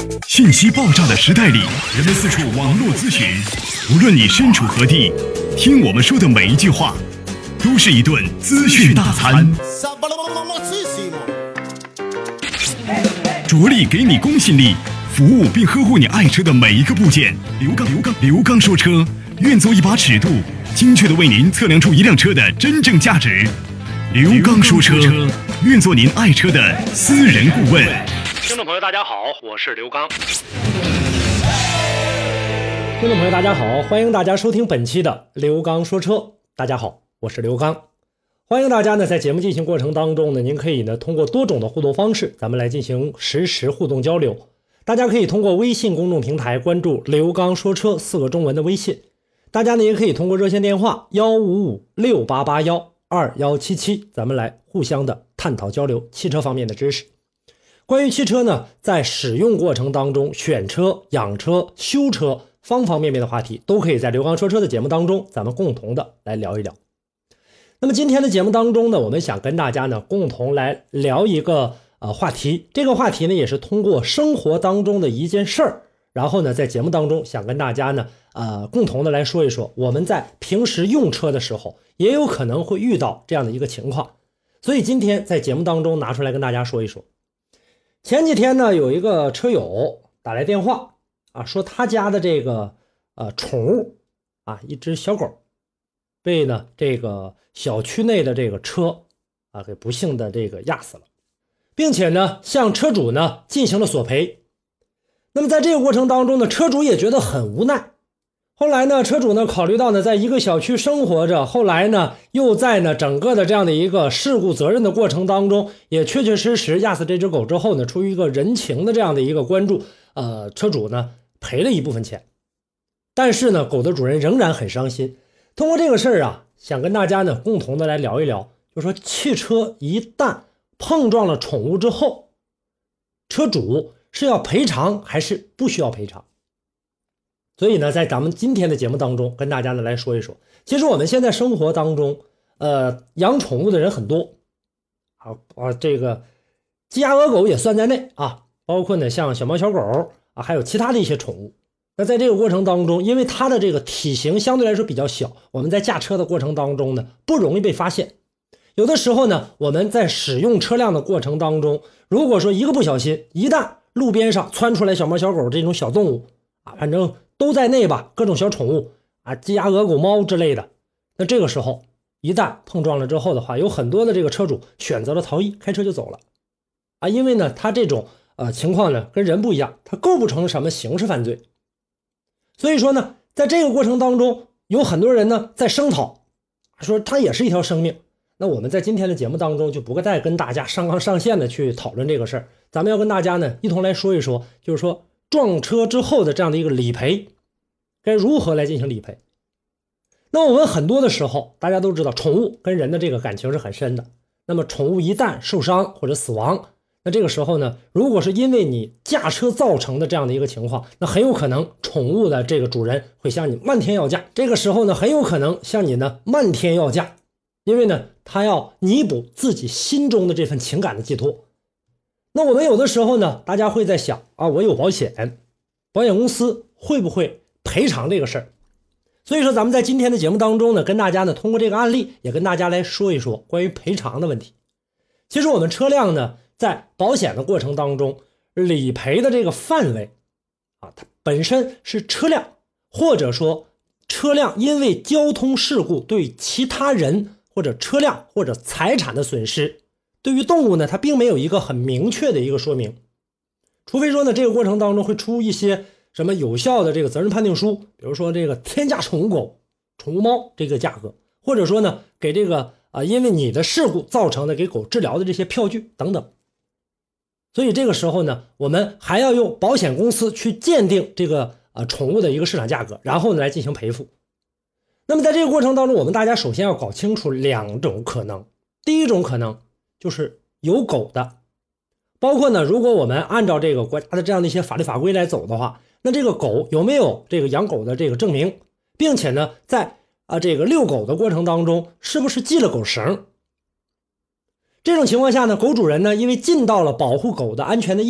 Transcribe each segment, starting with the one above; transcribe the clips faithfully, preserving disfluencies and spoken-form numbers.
信息爆炸的时代里，人们四处网络咨询，无论你身处何地，听我们说的每一句话，都是一顿资讯大餐。着力给你公信力，服务并呵护你爱车的每一个部件。刘刚，刘刚，刘刚说车，愿做一把尺度，精确的为您测量出一辆车的真正价值。刘刚说车，愿做您爱车的私人顾问。 听众朋友大家好，我是刘刚。 听众朋友大家好，欢迎大家收听本期的刘刚说车。大家好，我是刘刚。欢迎大家呢在节目进行过程当中呢，您可以呢通过多种的互动方式，咱们来进行实时互动交流。大家可以通过微信公众平台关注刘刚说车四个中文的微信，大家呢也可以通过热线电话一五五六八八一二一七七，咱们来互相的探讨交流汽车方面的知识。关于汽车呢，在使用过程当中，选车、养车、修车，方方面面的话题，都可以在刘刚说车的节目当中，咱们共同的来聊一聊。那么今天的节目当中呢，我们想跟大家呢共同来聊一个呃话题，这个话题呢也是通过生活当中的一件事儿，然后呢在节目当中想跟大家呢呃共同的来说一说，我们在平时用车的时候，也有可能会遇到这样的一个情况，所以今天在节目当中拿出来跟大家说一说。前几天呢，有一个车友打来电话啊，说他家的这个呃宠物啊，一只小狗，被呢这个小区内的这个车啊给不幸的这个压死了，并且呢向车主呢进行了索赔。那么在这个过程当中呢，车主也觉得很无奈。后来呢，车主呢考虑到呢，在一个小区生活着，后来呢又在呢整个的这样的一个事故责任的过程当中，也确确实实压死这只狗之后呢，出于一个人情的这样的一个关注，呃，车主呢赔了一部分钱，但是呢，狗的主人仍然很伤心。通过这个事儿啊，想跟大家呢共同的来聊一聊，就是说汽车一旦碰撞了宠物之后，车主是要赔偿还是不需要赔偿？所以呢，在咱们今天的节目当中，跟大家呢来说一说。其实我们现在生活当中，呃，养宠物的人很多，啊啊，这个鸡鸭鹅狗也算在内啊，包括呢像小猫小狗啊，还有其他的一些宠物。那在这个过程当中，因为它的这个体型相对来说比较小，我们在驾车的过程当中呢，不容易被发现。有的时候呢，我们在使用车辆的过程当中，如果说一个不小心，一旦路边上窜出来小猫小狗这种小动物啊，反正都在内吧，各种小宠物啊，鸡鸭鹅狗猫之类的，那这个时候一旦碰撞了之后的话，有很多的这个车主选择了逃逸，开车就走了啊，因为呢他这种呃情况呢跟人不一样，他构不成什么刑事犯罪。所以说呢，在这个过程当中，有很多人呢在声讨，说它也是一条生命。那我们在今天的节目当中就不再跟大家上纲上线的去讨论这个事儿，咱们要跟大家呢一同来说一说，就是说撞车之后的这样的一个理赔，该如何来进行理赔。那我们很多的时候大家都知道，宠物跟人的这个感情是很深的，那么宠物一旦受伤或者死亡，那这个时候呢，如果是因为你驾车造成的这样的一个情况，那很有可能宠物的这个主人会向你漫天要价，这个时候呢很有可能向你呢漫天要价，因为呢他要弥补自己心中的这份情感的寄托。那我们有的时候呢，大家会在想啊，我有保险，保险公司会不会赔偿这个事儿？所以说咱们在今天的节目当中呢，跟大家呢通过这个案例也跟大家来说一说关于赔偿的问题。其实我们车辆呢在保险的过程当中，理赔的这个范围啊，它本身是车辆，或者说车辆因为交通事故对其他人或者车辆或者财产的损失，对于动物呢它并没有一个很明确的一个说明，除非说呢这个过程当中会出一些什么有效的这个责任判定书，比如说这个天价宠物狗、宠物猫这个价格，或者说呢给这个啊因为你的事故造成的给狗治疗的这些票据等等。所以这个时候呢，我们还要用保险公司去鉴定这个呃宠物的一个市场价格，然后呢来进行赔付。那么在这个过程当中，我们大家首先要搞清楚两种可能。第一种可能就是有狗的，包括呢，如果我们按照这个国家的这样的一些法律法规来走的话，那这个狗有没有这个养狗的这个证明，并且呢，在啊这个遛狗的过程当中，是不是系了狗绳？这种情况下呢，狗主人呢，因为尽到了保护狗的安全的义务，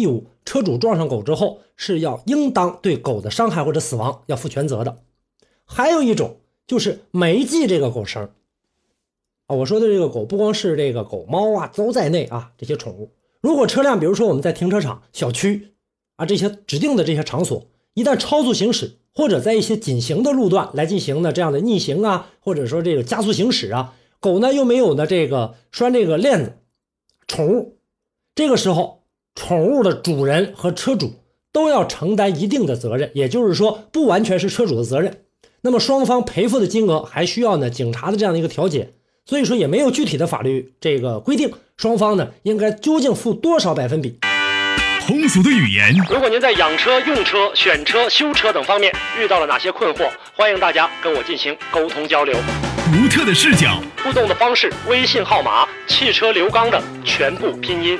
车主撞上狗之后是要应当对狗的伤害或者死亡要负全责的。还有一种就是没系这个狗绳啊，我说的这个狗不光是这个狗猫啊都在内啊，这些宠物。如果车辆比如说我们在停车场、小区啊这些指定的这些场所，一旦超速行驶，或者在一些紧行的路段来进行呢这样的逆行啊，或者说这个加速行驶啊，狗呢又没有呢这个拴这个链子，宠物这个时候宠物的主人和车主都要承担一定的责任，也就是说不完全是车主的责任。那么双方赔付的金额还需要呢警察的这样的一个调解，所以说也没有具体的法律这个规定，双方呢应该究竟付多少百分比。 通俗的语言， 如果您在养车、用车、选车、修车等方面遇到了哪些困惑，欢迎大家跟我进行沟通交流。 独特的视角， 互动的方式，微信号码汽车刘刚的全部拼音。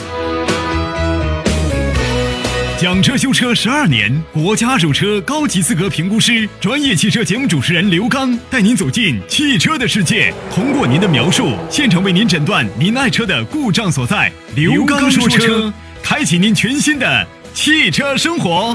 讲车修车十二年，国家二手车高级资格评估师，专业汽车节目主持人刘刚带您走进汽车的世界，通过您的描述，现场为您诊断您爱车的故障所在。刘刚说车，开启您全新的汽车生活。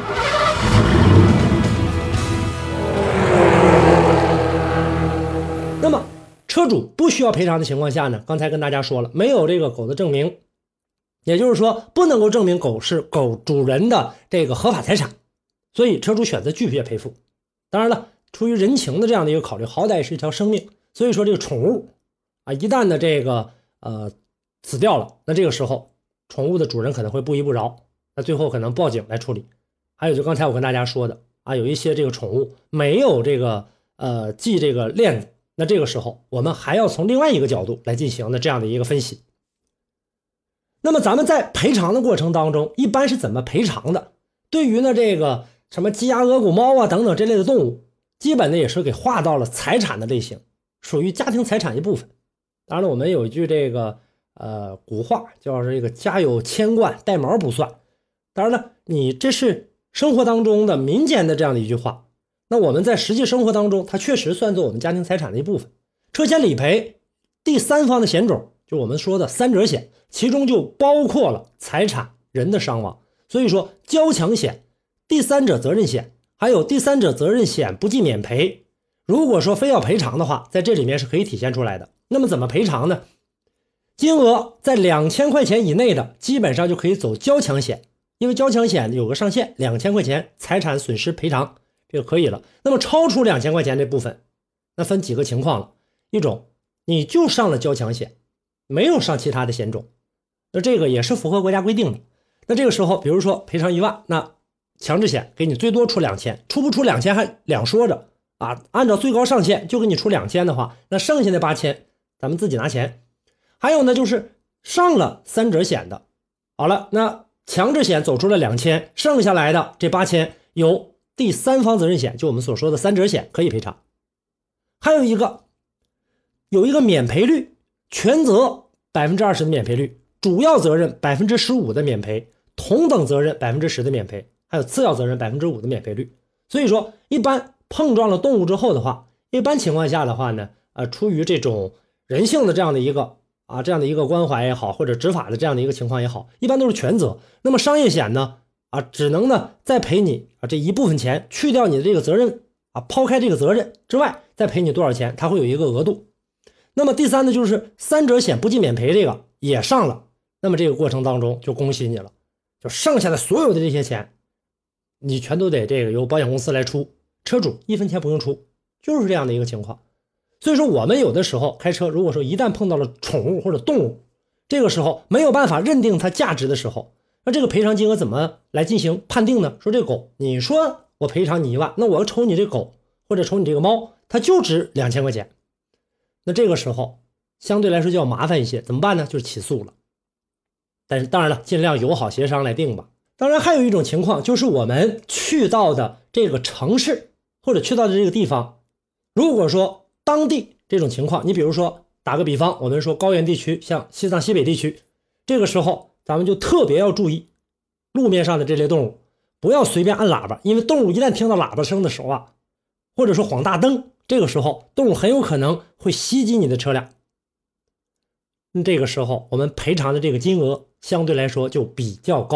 那么车主不需要赔偿的情况下呢，刚才跟大家说了，没有这个狗的证明，也就是说不能够证明狗是狗主人的这个合法财产，所以车主选择拒绝赔付。当然了，出于人情的这样的一个考虑，好歹是一条生命，所以说这个宠物啊，一旦的这个呃死掉了，那这个时候宠物的主人可能会不依不饶，那最后可能报警来处理。还有就刚才我跟大家说的啊，有一些这个宠物没有这个呃系这个链子，那这个时候我们还要从另外一个角度来进行的这样的一个分析。那么咱们在赔偿的过程当中一般是怎么赔偿的？对于呢这个什么鸡鸭鹅狗猫啊等等这类的动物，基本的也是给划到了财产的类型，属于家庭财产一部分。当然了，我们有一句这个呃古话叫这个家有千贯带毛不算。当然了，你这是生活当中的民间的这样的一句话，那我们在实际生活当中它确实算作我们家庭财产的一部分。车险理赔第三方的险种就我们说的三者险，其中就包括了财产、人的伤亡。所以说交强险、第三者责任险还有第三者责任险不计免赔，如果说非要赔偿的话，在这里面是可以体现出来的。那么怎么赔偿呢？金额在两千块钱以内的基本上就可以走交强险，因为交强险有个上限，两千块钱财产损失赔偿这个可以了。那么超出两千块钱这部分，那分几个情况了。一种你就上了交强险，没有上其他的险种，那这个也是符合国家规定的。那这个时候比如说赔偿一万，那强制险给你最多出两千，出不出两千还两说着啊，按照最高上限就给你出两千的话，那剩下的八千咱们自己拿钱。还有呢就是上了三者险的，好了，那强制险走出了两千，剩下来的这八千由第三方责任险，就我们所说的三者险可以赔偿。还有一个有一个免赔率，全责 百分之二十 的免赔率，主要责任 百分之十五 的免赔，同等责任 百分之十 的免赔，还有次要责任 百分之五 的免赔率。所以说一般碰撞了动物之后的话，一般情况下的话呢呃，出于这种人性的这样的一个啊这样的一个关怀也好，或者执法的这样的一个情况也好，一般都是全责。那么商业险呢啊只能呢再赔你啊这一部分钱，去掉你的这个责任啊，抛开这个责任之外再赔你多少钱，它会有一个额度。那么第三呢就是三者险不计免赔，这个也上了，那么这个过程当中就恭喜你了，就剩下的所有的这些钱你全都得这个由保险公司来出，车主一分钱不用出，就是这样的一个情况。所以说我们有的时候开车，如果说一旦碰到了宠物或者动物，这个时候没有办法认定它价值的时候，那这个赔偿金额怎么来进行判定呢？说这狗，你说我赔偿你一万，那我瞅你这狗或者瞅你这个猫，它就值两千块钱，那这个时候相对来说就要麻烦一些，怎么办呢？就是起诉了。但是当然了，尽量友好协商来定吧。当然还有一种情况，就是我们去到的这个城市或者去到的这个地方，如果说当地这种情况，你比如说打个比方，我们说高原地区，像西藏西北地区，这个时候咱们就特别要注意路面上的这类动物，不要随便按喇叭，因为动物一旦听到喇叭声的时候啊，或者说晃大灯，这个时候动物很有可能会袭击你的车辆，这个时候我们赔偿的这个金额相对来说就比较高。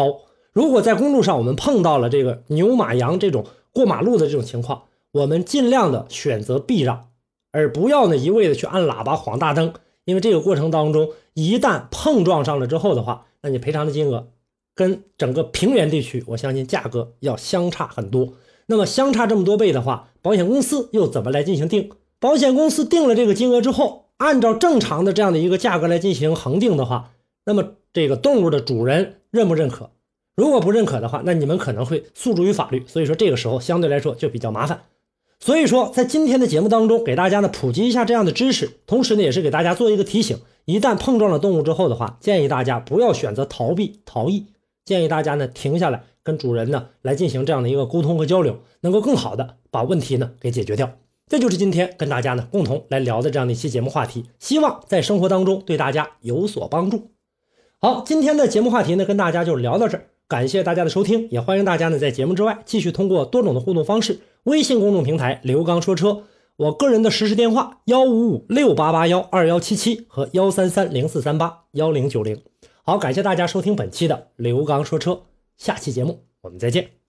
如果在公路上我们碰到了这个牛马羊这种过马路的这种情况，我们尽量的选择避让，而不要呢一味的去按喇叭晃大灯，因为这个过程当中一旦碰撞上了之后的话，那你赔偿的金额跟整个平原地区我相信价格要相差很多。那么相差这么多倍的话，保险公司又怎么来进行定？保险公司定了这个金额之后，按照正常的这样的一个价格来进行恒定的话，那么这个动物的主人认不认可？如果不认可的话，那你们可能会诉诸于法律，所以说这个时候相对来说就比较麻烦。所以说在今天的节目当中给大家呢普及一下这样的知识，同时呢也是给大家做一个提醒，一旦碰撞了动物之后的话，建议大家不要选择逃避逃逸，建议大家呢停下来跟主人呢来进行这样的一个沟通和交流，能够更好的把问题呢给解决掉。这就是今天跟大家呢共同来聊的这样的一期节目话题，希望在生活当中对大家有所帮助。好，今天的节目话题呢跟大家就聊到这儿，感谢大家的收听，也欢迎大家呢在节目之外继续通过多种的互动方式，微信公众平台刘刚说车，我个人的实时电话一五五六八八一二一七七和一三三零四三八一零九零。好，感谢大家收听本期的刘刚说车，下期节目我们再见。